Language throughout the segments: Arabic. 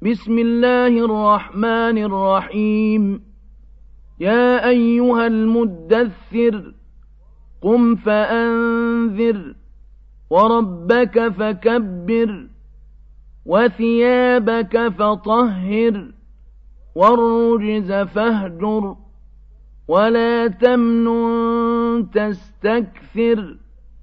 بسم الله الرحمن الرحيم يا أيها المدثر قم فأنذر وربك فكبر وثيابك فطهر والرجز فاهجر ولا تمنن تستكثر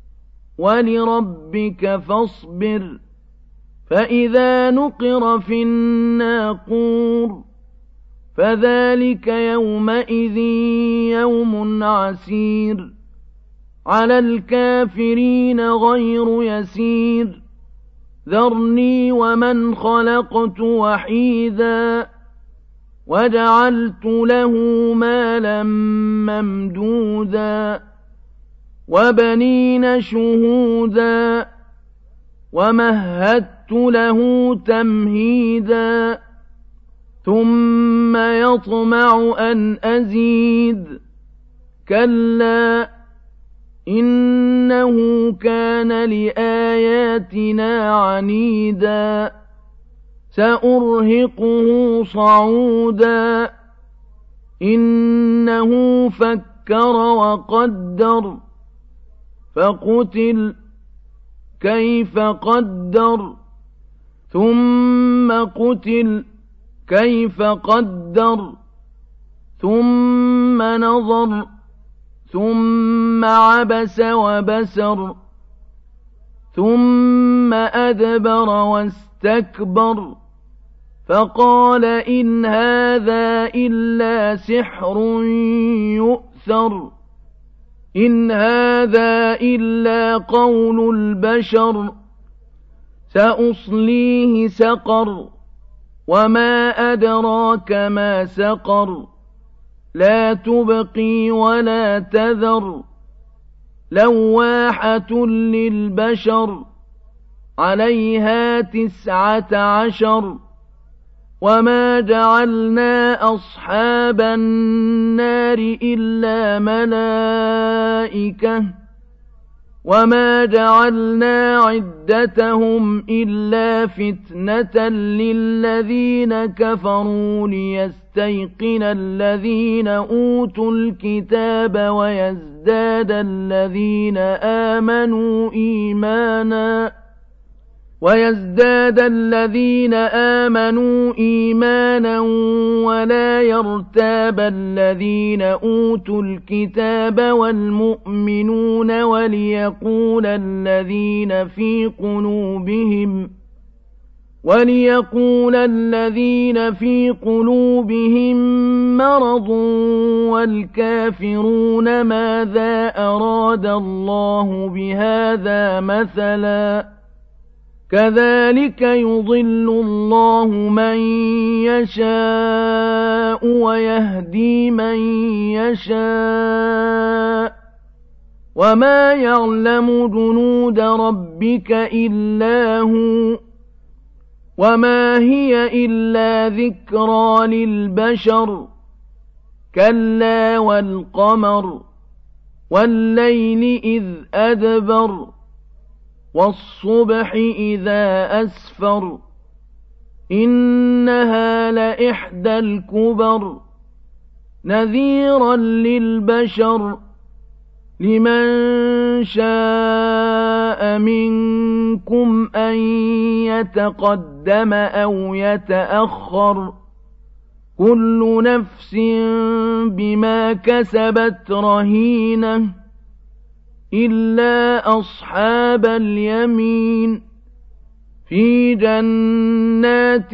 ولربك فاصبر فإذا نقر في الناقور فذلك يومئذ يوم عسير على الكافرين غير يسير ذرني ومن خلقت وحيدا وجعلت له مالا ممدودا وبنين شهودا ومهدت له تمهيدا ثم يطمع أن أزيد كلا إنه كان لآياتنا عنيدا سأرهقه صعودا إنه فكر وقدر فقتل كيف قدر ثم قتل كيف قدر ثم نظر ثم عبس وبسر ثم أدبر واستكبر فقال إن هذا إلا سحر يؤثر إن هذا إلا قول البشر سأصليه سقر وما أدراك ما سقر لا تبقي ولا تذر لواحة للبشر عليها 19 وما جعلنا أصحاب النار إلا ملائكة وما جعلنا عدتهم إلا فتنة للذين كفروا ليستيقن الذين أوتوا الكتاب ويزداد الذين آمنوا إيمانا ولا يرتاب الذين أوتوا الكتاب والمؤمنون وليقول الذين في قلوبهم مرض والكافرون ماذا أراد الله بهذا مثلا كذلك يضل الله من يشاء ويهدي من يشاء وما يعلم جنود ربك إلا هو وما هي إلا ذكرى للبشر كلا والقمر والليل إذ أدبر والصبح إذا أسفر إنها لإحدى الكبر نذيرا للبشر لمن شاء منكم أن يتقدم أو يتأخر كل نفس بما كسبت رهينة إلا أصحاب اليمين في جنات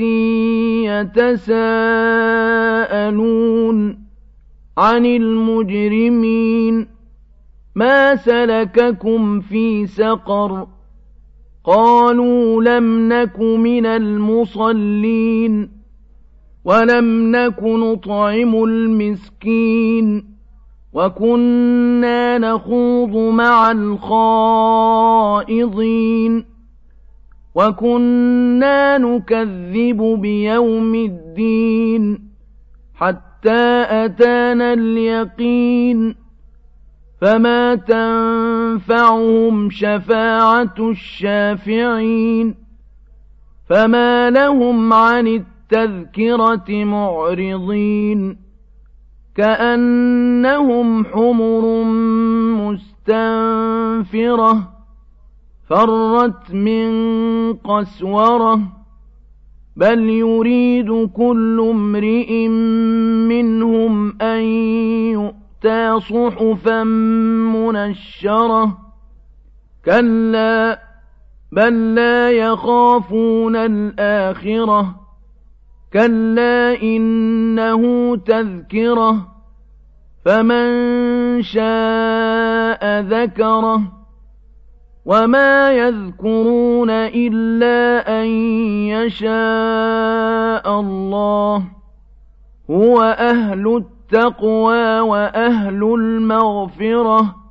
يتساءلون عن المجرمين ما سلككم في سقر قالوا لم نك من المصلين ولم نك نطعم المسكين وكنا نخوض مع الخائضين وكنا نكذب بيوم الدين حتى أتانا اليقين فما تنفعهم شفاعة الشافعين فما لهم عن التذكرة معرضين كأنهم حمر مستنفرة فرت من قسورة بل يريد كل امرئ منهم أن يؤتى صحفا منشرة كلا بل لا يخافون الآخرة كلا إنه تذكرة فمن شاء ذكره وما يذكرون إلا أن يشاء الله هو أهل التقوى وأهل المغفرة